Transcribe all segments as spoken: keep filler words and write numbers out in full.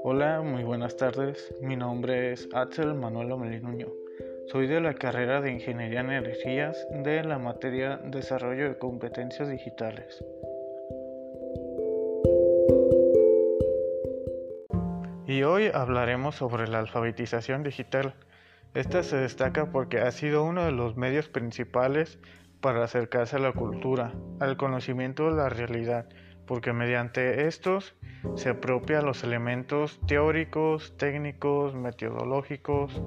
Hola, muy buenas tardes. Mi nombre es Axel Manuel Omelinuño. Soy de la carrera de Ingeniería en Energías de la materia Desarrollo de Competencias Digitales. Y hoy hablaremos sobre la alfabetización digital. Esta se destaca porque ha sido uno de los medios principales para acercarse a la cultura, al conocimiento de la realidad, porque mediante estos se apropia los elementos teóricos, técnicos, metodológicos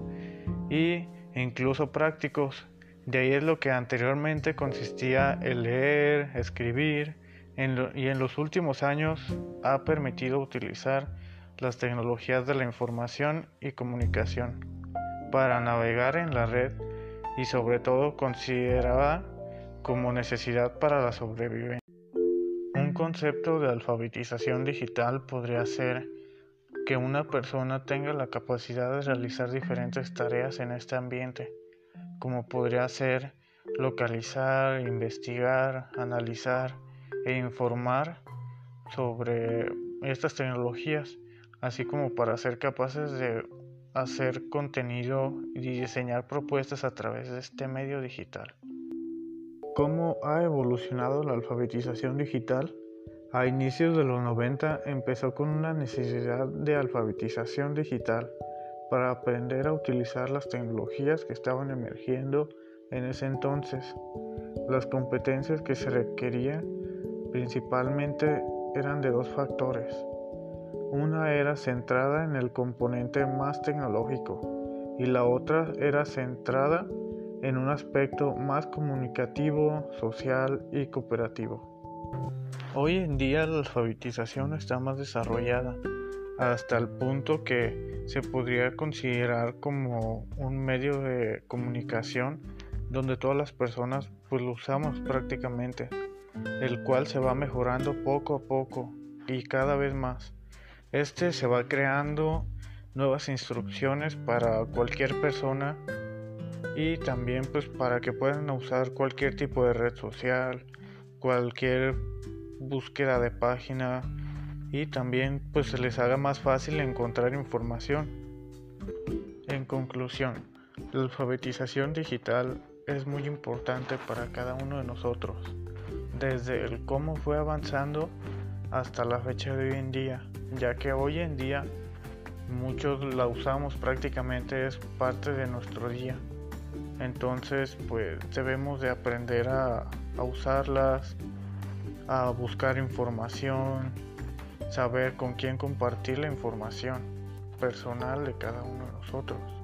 e incluso prácticos. De ahí es lo que anteriormente consistía en leer, escribir, en lo, y en los últimos años ha permitido utilizar las tecnologías de la información y comunicación para navegar en la red y sobre todo considerada como necesidad para la sobrevivencia. Un concepto de alfabetización digital podría ser que una persona tenga la capacidad de realizar diferentes tareas en este ambiente, como podría ser localizar, investigar, analizar e informar sobre estas tecnologías, así como para ser capaces de hacer contenido y diseñar propuestas a través de este medio digital. ¿Cómo ha evolucionado la alfabetización digital? A inicios de los noventa empezó con una necesidad de alfabetización digital para aprender a utilizar las tecnologías que estaban emergiendo en ese entonces. Las competencias que se requerían principalmente eran de dos factores. Una era centrada en el componente más tecnológico y la otra era centrada en un aspecto más comunicativo, social y cooperativo. Hoy en día la alfabetización está más desarrollada, hasta el punto que se podría considerar como un medio de comunicación donde todas las personas pues lo usamos prácticamente, el cual se va mejorando poco a poco y cada vez más. Este se va creando nuevas instrucciones para cualquier persona y también pues para que puedan usar cualquier tipo de red social, cualquier búsqueda de página y también pues se les haga más fácil encontrar información. En conclusión, la alfabetización digital es muy importante para cada uno de nosotros, desde el cómo fue avanzando hasta la fecha de hoy en día, ya que hoy en día muchos la usamos prácticamente, es parte de nuestro día. Entonces pues debemos de aprender a, a usarlas, a buscar información, saber con quién compartir la información personal de cada uno de nosotros.